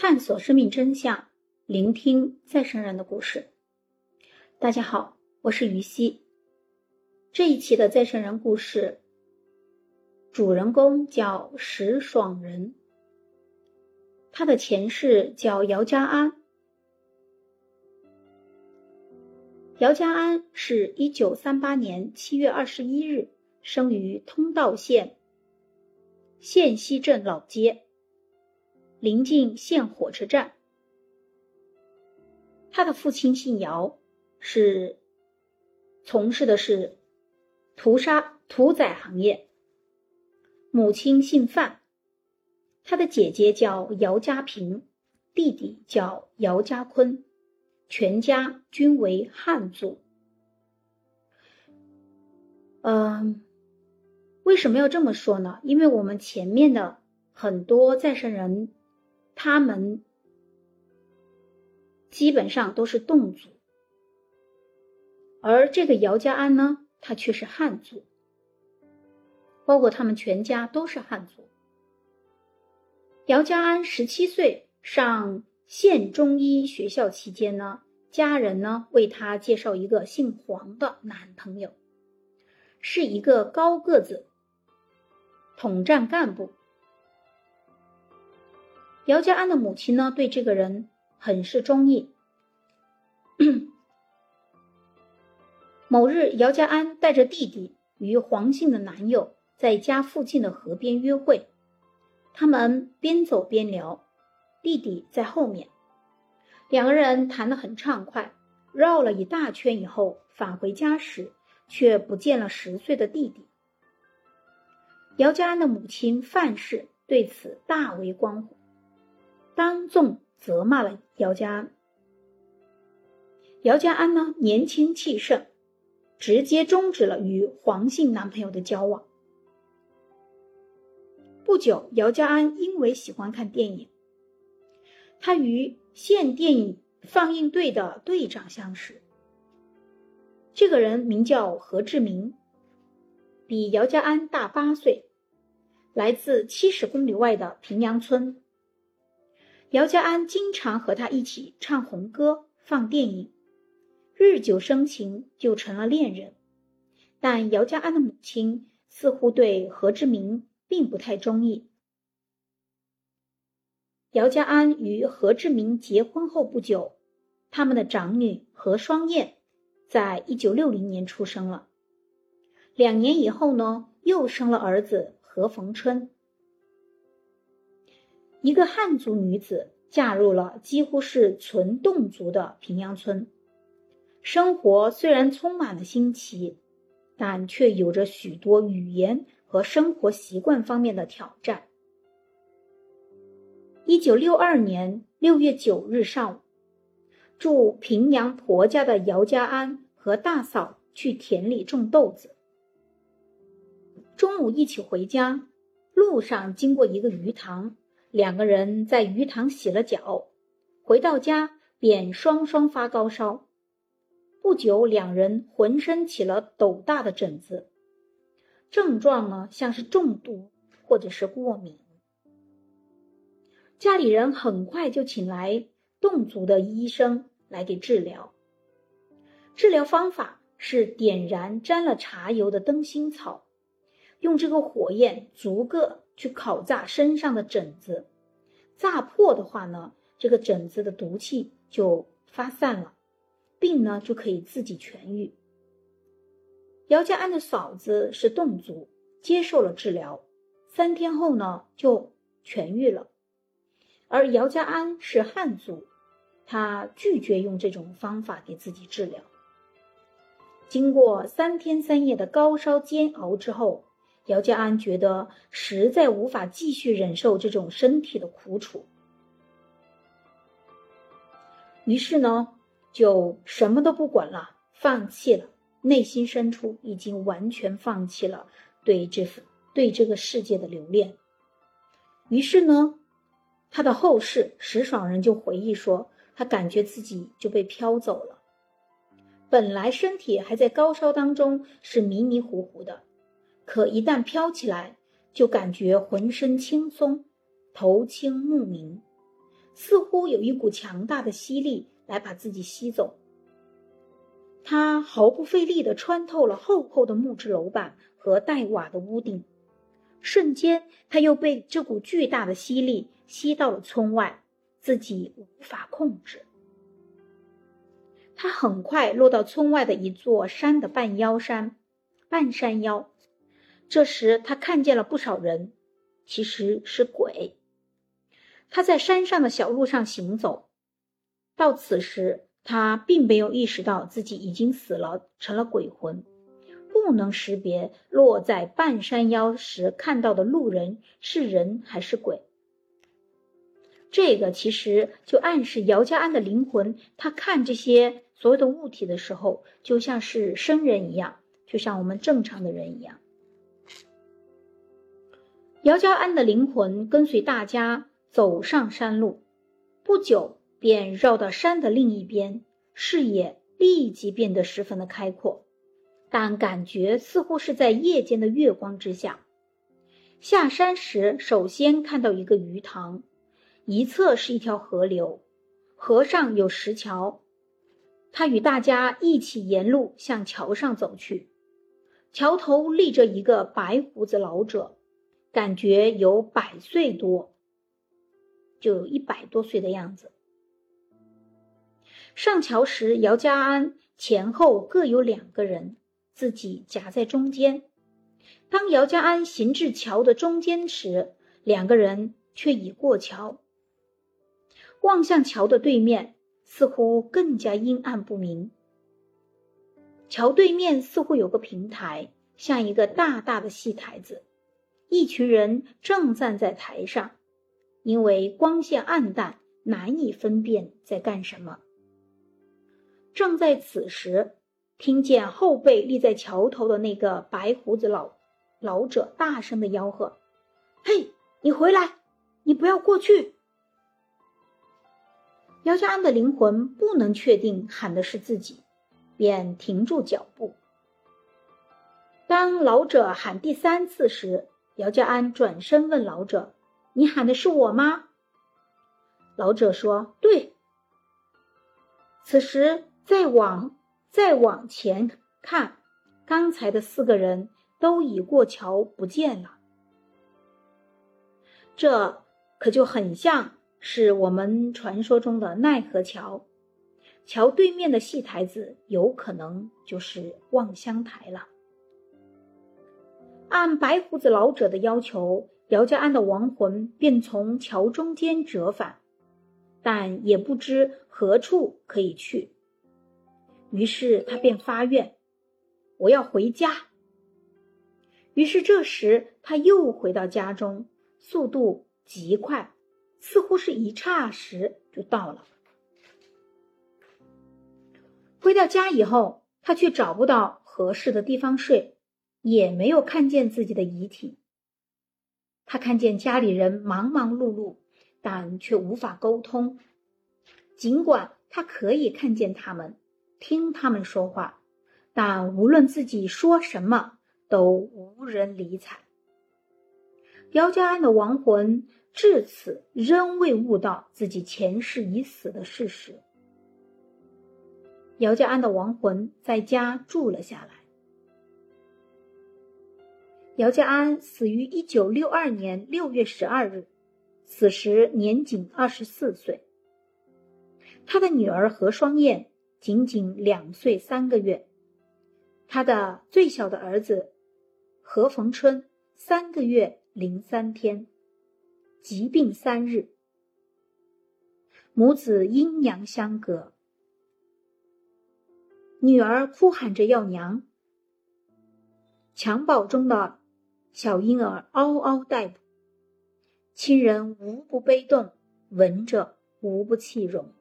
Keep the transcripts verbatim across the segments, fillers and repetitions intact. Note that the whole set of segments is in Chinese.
探索生命真相，聆听再生人的故事。大家好，我是于西。这一期的再生人故事，主人公叫石爽人，他的前世叫姚家安。姚家安是一九三八年七月二十一日生于通道县县西镇老街，临近县火车站。他的父亲姓姚，是从事的是屠杀屠宰行业。母亲姓范，他的姐姐叫姚家平，弟弟叫姚家坤，全家均为汉族。嗯，为什么要这么说呢？因为我们前面的很多再生人，他们基本上都是侗族，而这个姚家安呢，他却是汉族，包括他们全家都是汉族。姚家安十七岁上县中医学校期间呢，家人呢为他介绍一个姓黄的男朋友，是一个高个子统战干部。姚家安的母亲呢对这个人很是中意。某日，姚家安带着弟弟与黄姓的男友在家附近的河边约会，他们边走边聊，弟弟在后面，两个人谈得很畅快。绕了一大圈以后，返回家时却不见了十岁的弟弟。姚家安的母亲范氏对此大为光火，当众责骂了姚家安。姚家安呢年轻气盛，直接终止了与黄姓男朋友的交往。不久，姚家安因为喜欢看电影，他与县电影放映队的队长相识。这个人名叫何志明，比姚家安大八岁，来自七十公里外的平阳村。姚家安经常和他一起唱红歌，放电影，日久生情，就成了恋人。但姚家安的母亲似乎对何志明并不太中意。姚家安与何志明结婚后不久，他们的长女何双燕在一九六零年出生了。两年以后呢，又生了儿子何逢春。一个汉族女子嫁入了几乎是纯侗族的平阳村，生活虽然充满了新奇，但却有着许多语言和生活习惯方面的挑战。一九六二年六月九日上午，住平阳婆家的姚家安和大嫂去田里种豆子。中午一起回家，路上经过一个鱼塘，两个人在鱼塘洗了脚，回到家便双双发高烧。不久，两人浑身起了斗大的疹子，症状呢像是中毒或者是过敏。家里人很快就请来侗族的医生来给治疗。治疗方法是点燃沾了茶油的灯芯草，用这个火焰逐个去烤炸身上的疹子，炸破的话呢，这个疹子的毒气就发散了，病呢就可以自己痊愈。姚家安的嫂子是侗族，接受了治疗，三天后呢就痊愈了。而姚家安是汉族，他拒绝用这种方法给自己治疗。经过三天三夜的高烧煎熬之后，姚家安觉得实在无法继续忍受这种身体的苦楚，于是呢就什么都不管了，放弃了，内心深处已经完全放弃了对这对这个世界的留恋。于是呢他的后事石爽人就回忆说，他感觉自己就被飘走了。本来身体还在高烧当中是迷迷糊糊的，可一旦飘起来，就感觉浑身轻松，头轻目明， 似乎有一股强大的吸力来把自己吸走。他毫不费力地穿透了厚厚的木质楼板和带瓦的屋顶，瞬间他又被这股巨大的吸力吸到了村外，自己无法控制。他很快落到村外的一座山的半腰山半山腰，这时他看见了不少人，其实是鬼。他在山上的小路上行走，到此时他并没有意识到自己已经死了，成了鬼魂，不能识别落在半山腰时看到的路人是人还是鬼。这个其实就暗示姚家安的灵魂，他看这些所有的物体的时候，就像是生人一样，就像我们正常的人一样。姚家安的灵魂跟随大家走上山路，不久便绕到山的另一边，视野立即变得十分的开阔，但感觉似乎是在夜间的月光之下。下山时，首先看到一个鱼塘，一侧是一条河流，河上有石桥。他与大家一起沿路向桥上走去，桥头立着一个白胡子老者，感觉有百岁多，就有一百多岁的样子。上桥时，姚家安前后各有两个人，自己夹在中间。当姚家安行至桥的中间时，两个人却已过桥。望向桥的对面，似乎更加阴暗不明。桥对面似乎有个平台，像一个大大的戏台子，一群人正站在台上，因为光线暗淡，难以分辨在干什么。正在此时，听见后背立在桥头的那个白胡子老老者大声的吆喝：“嘿，你回来，你不要过去！”姚家安的灵魂不能确定喊的是自己，便停住脚步。当老者喊第三次时，姚家安转身问老者：“你喊的是我吗？”老者说：“对。”此时再往再往前看，刚才的四个人都已过桥不见了。这可就很像是我们传说中的奈何桥，桥对面的戏台子有可能就是望乡台了。按白胡子老者的要求，姚家安的亡魂便从桥中间折返，但也不知何处可以去。于是他便发愿：“我要回家。”于是这时他又回到家中，速度极快，似乎是一霎时就到了。回到家以后，他却找不到合适的地方睡，也没有看见自己的遗体。他看见家里人忙忙碌碌，但却无法沟通。尽管他可以看见他们，听他们说话，但无论自己说什么，都无人理睬。姚家安的亡魂至此仍未悟到自己前世已死的事实。姚家安的亡魂在家住了下来。姚家安死于一九六二年六月十二日，此时年仅二十四岁。他的女儿何双燕仅仅两岁三个月，他的最小的儿子何逢春三个月零三天，疾病三日，母子阴阳相隔。女儿哭喊着要娘，襁褓中的小婴儿嗷嗷待哺，亲人无不悲动，闻着无不气容。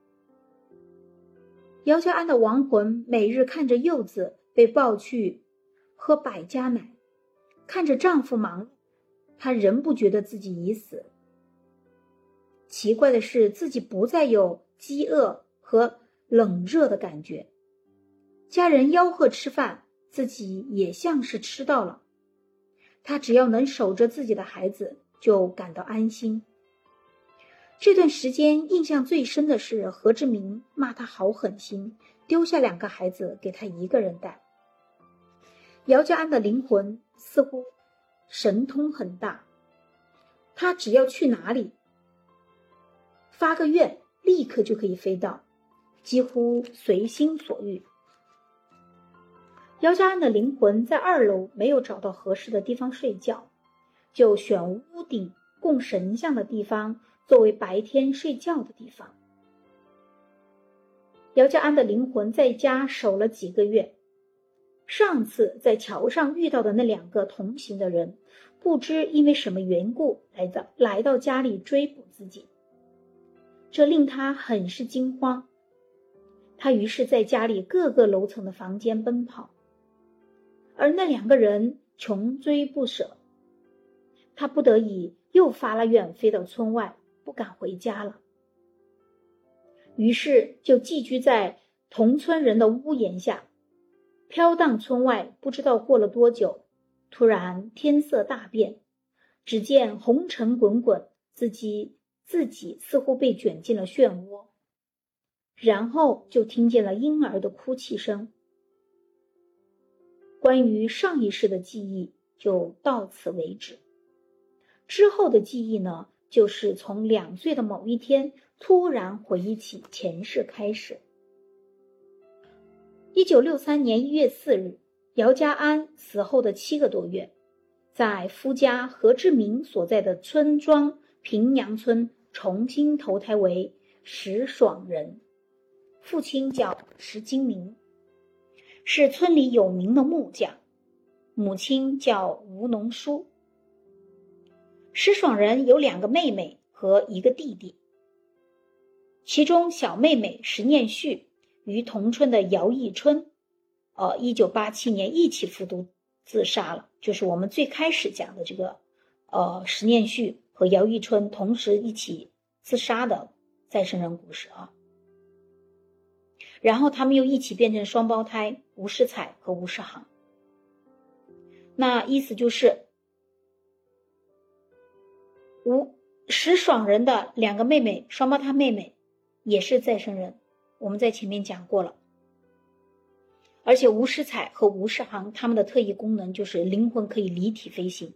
姚家安的亡魂每日看着幼子被抱去喝百家奶，看着丈夫忙碌，她仍不觉得自己已死。奇怪的是，自己不再有饥饿和冷热的感觉。家人吆喝吃饭，自己也像是吃到了。她只要能守着自己的孩子，就感到安心。 这段时间印象最深的是何志明骂他好狠心，丢下两个孩子给他一个人带。姚家安的灵魂似乎神通很大，他只要去哪里发个愿，立刻就可以飞到，几乎随心所欲。姚家安的灵魂在二楼没有找到合适的地方睡觉，就选屋顶供神像的地方作为白天睡觉的地方。姚家安的灵魂在家守了几个月，上次在桥上遇到的那两个同行的人，不知因为什么缘故来到来到家里追捕自己，这令他很是惊慌。他于是在家里各个楼层的房间奔跑，而那两个人穷追不舍，他不得已又发了愿，飞到村外，不敢回家了。于是就寄居在同村人的屋檐下，飘荡村外。不知道过了多久，突然天色大变，只见红尘滚滚，自己自己似乎被卷进了漩涡，然后就听见了婴儿的哭泣声。关于上一世的记忆就到此为止。之后的记忆呢，就是从两岁的某一天突然回忆起前世开始。一九六三年一月四日，姚家安死后的七个多月，在夫家何志明所在的村庄平阳村重新投胎为石爽人，父亲叫石金明，是村里有名的木匠，母亲叫吴农书。石爽人有两个妹妹和一个弟弟，其中小妹妹石念旭与同村的姚义春，呃，一九八七年一起服毒自杀了，就是我们最开始讲的这个，呃，石念旭和姚义春同时一起自杀的再生人故事啊。然后他们又一起变成双胞胎吴世彩和吴世航。那意思就是吴石爽人的两个妹妹，双胞胎妹妹也是再生人，我们在前面讲过了。而且吴世彩和吴世航他们的特异功能就是灵魂可以离体飞行。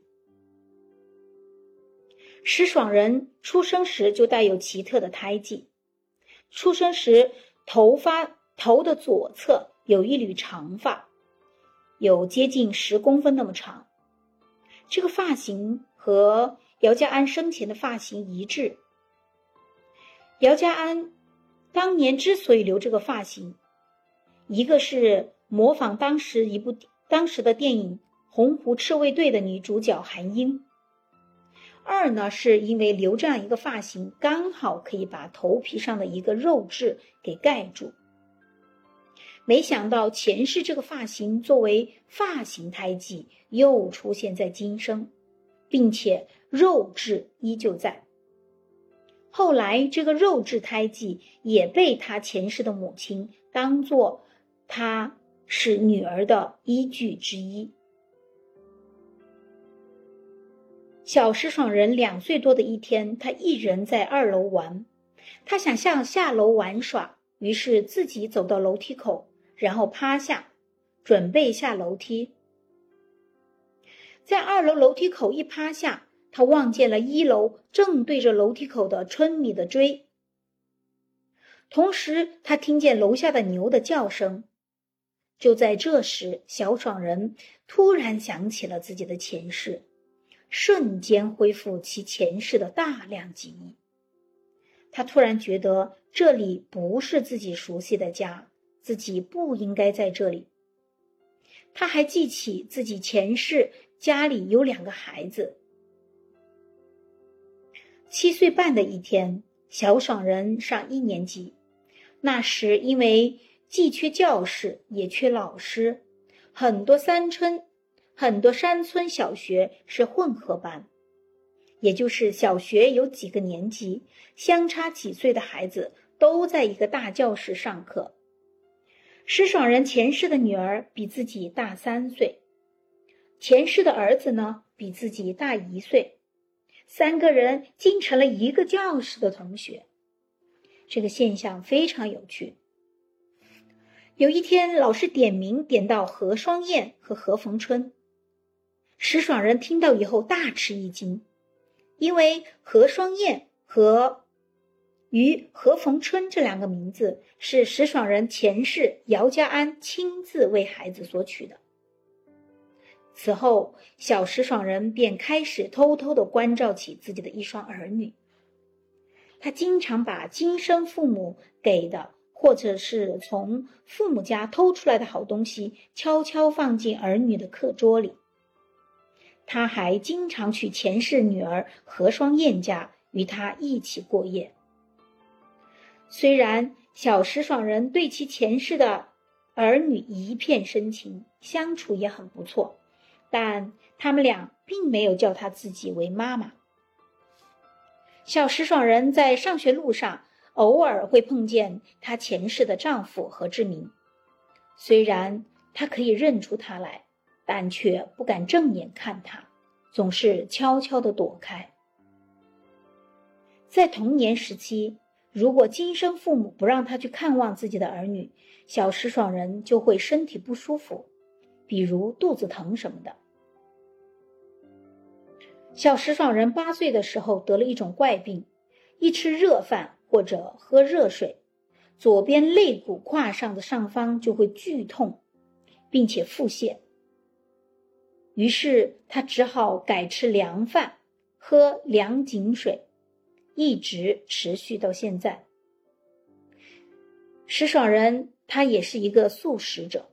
石爽人出生时就带有奇特的胎记，出生时头发头的左侧有一缕长发，有接近十公分那么长，这个发型和姚家安生前的发型一致。姚家安当年之所以留这个发型，一个是模仿当时一部当时的电影《红湖赤卫队》的女主角韩英，二呢是因为留这样一个发型刚好可以把头皮上的一个肉痣给盖住。没想到前世这个发型作为发型胎记又出现在今生，并且肉痣依旧在。后来这个肉痣胎记也被他前世的母亲当作他是女儿的依据之一。小石爽人两岁多的一天，他一人在二楼玩，他想下下楼玩耍，于是自己走到楼梯口，然后趴下准备下楼梯。在二楼楼梯口一趴下，他望见了一楼正对着楼梯口的村米的锥，同时他听见楼下的牛的叫声。就在这时，小爽人突然想起了自己的前世，瞬间恢复其前世的大量记忆。他突然觉得这里不是自己熟悉的家，自己不应该在这里。他还记起自己前世家里有两个孩子。七岁半的一天，小爽人上一年级，那时因为既缺教室也缺老师，很多山村很多山村小学是混合班，也就是小学有几个年级，相差几岁的孩子都在一个大教室上课。石爽人前世的女儿比自己大三岁，前世的儿子呢比自己大一岁， 三个人竟成了一个教室的同学。这个现象非常有趣。有一天，老师点名点到何双燕和何逢春。石爽人听到以后大吃一惊，因为何双燕和与何逢春这两个名字是石爽人前世姚家安亲自为孩子所取的。此后，小石爽人便开始偷偷地关照起自己的一双儿女。他经常把今生父母给的或者是从父母家偷出来的好东西悄悄放进儿女的课桌里。他还经常去前世女儿何双燕家与她一起过夜。虽然小石爽人对其前世的儿女一片深情，相处也很不错，但他们俩并没有叫他自己为妈妈。小石爽人在上学路上偶尔会碰见她前世的丈夫何志明，虽然她可以认出他来，但却不敢正眼看他，总是悄悄地躲开。在童年时期，如果今生父母不让他去看望自己的儿女，小石爽人就会身体不舒服，比如肚子疼什么的。小石爽人八岁的时候得了一种怪病，一吃热饭或者喝热水，左边肋骨胯上的上方就会剧痛，并且腹泻。于是他只好改吃凉饭，喝凉井水，一直持续到现在。石爽人他也是一个素食者。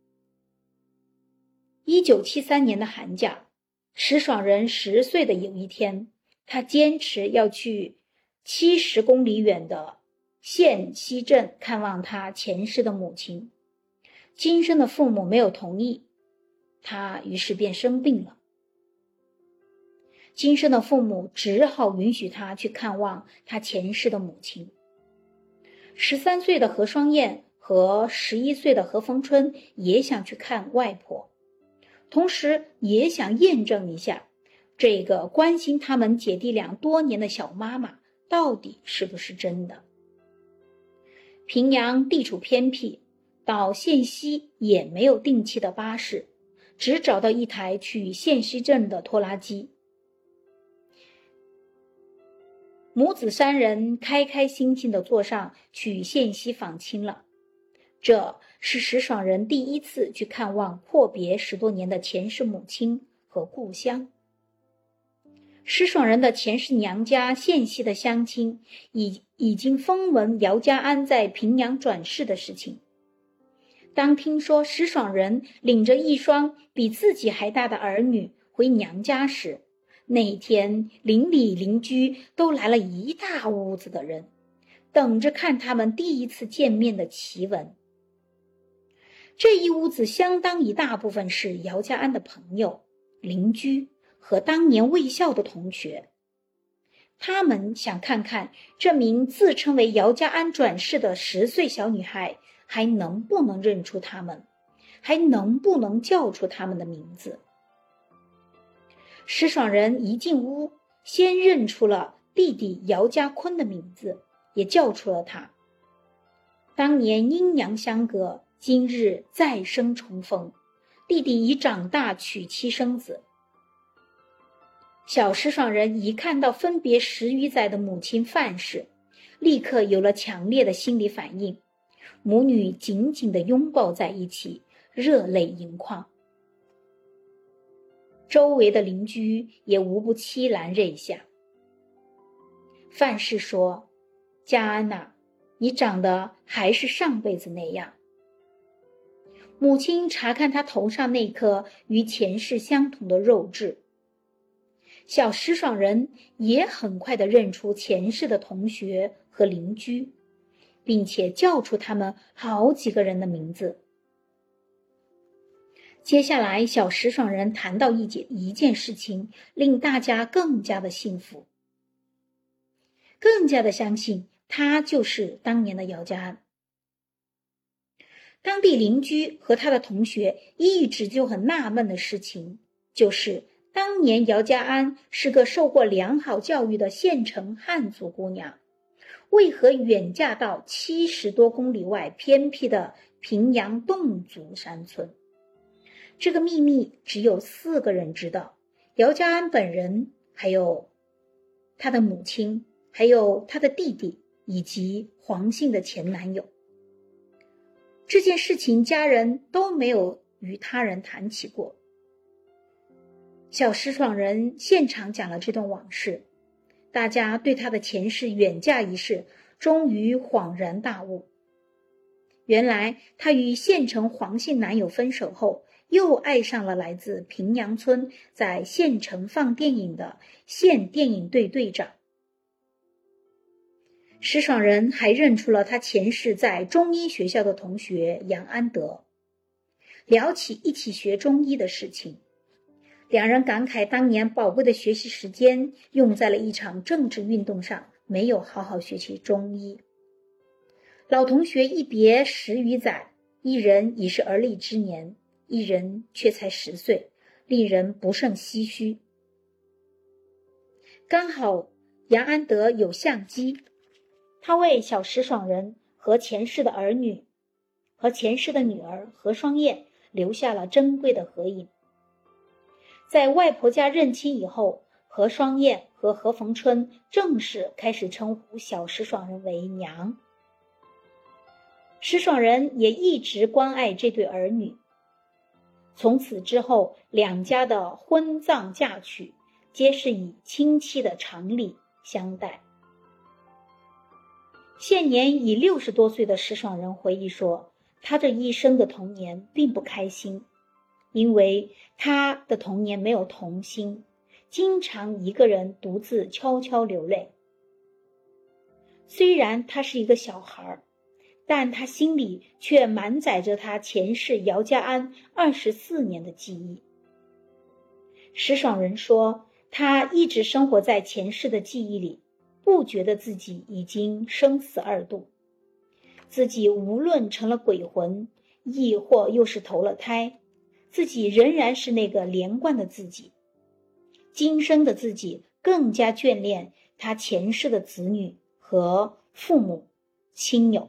一九七三年的寒假，石爽人十岁的有一天，他坚持要去七十公里远的县西镇看望他前世的母亲。今生的父母没有同意，他于是便生病了。今生的父母只好允许他去看望他前世的母亲。十三岁的何双燕和十一岁的何逢春也想去看外婆，同时也想验证一下这个关心他们姐弟俩多年的小妈妈到底是不是真的。平阳地处偏僻，到县西也没有定期的巴士，只找到一台去县西镇的拖拉机。母子三人开开心心地坐上去县西访亲了。这是石爽人第一次去看望阔别十多年的前世母亲和故乡。石爽人的前世娘家县西的乡亲已已经风闻姚家安在平阳转世的事情。当听说石爽人领着一双比自己还大的儿女回娘家时，那天邻里邻居都来了一大屋子的人，等着看他们第一次见面的奇闻。这一屋子相当一大部分是姚家安的朋友、邻居和当年卫校的同学。他们想看看这名自称为姚家安转世的十岁小女孩还能不能认出他们，还能不能叫出他们的名字。石爽人一进屋，先认出了弟弟姚家坤的名字，也叫出了他。当年阴阳相隔，今日再生重逢，弟弟已长大，娶妻生子。小石爽人一看到分别十余载的母亲范氏，立刻有了强烈的心理反应，母女紧紧地拥抱在一起，热泪盈眶。周围的邻居也无不凄然泪下。范氏说：“家安呐、啊，你长得还是上辈子那样。”母亲查看他头上那颗与前世相同的肉痣。小石爽人也很快地认出前世的同学和邻居，并且叫出他们好几个人的名字。接下来，小石爽人谈到一件一件事情，令大家更加的幸福，更加的相信他就是当年的姚家安。当地邻居和他的同学一直就很纳闷的事情，就是当年姚家安是个受过良好教育的县城汉族姑娘，为何远嫁到七十多公里外偏僻的平阳侗族山村？这个秘密只有四个人知道：姚家安本人，还有他的母亲，还有他的弟弟，以及黄姓的前男友。这件事情家人都没有与他人谈起过。小石爽人现场讲了这段往事，大家对他的前世远嫁一事终于恍然大悟。原来他与县城黄姓男友分手后，又爱上了来自平阳村在县城放电影的县电影队队长。石爽人还认出了他前世在中医学校的同学杨安德，聊起一起学中医的事情。两人感慨当年宝贵的学习时间用在了一场政治运动上，没有好好学习中医。老同学一别十余载，一人已是而立之年，一人却才十岁，令人不胜唏嘘。刚好杨安德有相机，他为小石爽人和前世的儿女和前世的女儿何双燕留下了珍贵的合影。在外婆家认亲以后，何双燕和何逢春正式开始称呼小石爽人为娘。石爽人也一直关爱这对儿女。从此之后，两家的婚葬嫁娶皆是以亲戚的常礼相待。现年已六十多岁的石爽人回忆说，他这一生的童年并不开心，因为他的童年没有童心，经常一个人独自悄悄流泪。虽然他是一个小孩，但他心里却满载着他前世姚家安二十四年的记忆。石爽人说，他一直生活在前世的记忆里，不觉得自己已经生死二度，自己无论成了鬼魂，亦或又是投了胎，自己仍然是那个连贯的自己。今生的自己更加眷恋他前世的子女和父母亲友。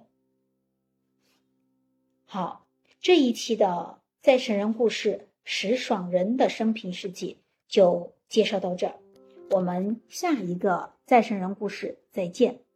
好，这一期的再生人故事石爽人的生平事迹就介绍到这儿，我们下一个再生人故事再见。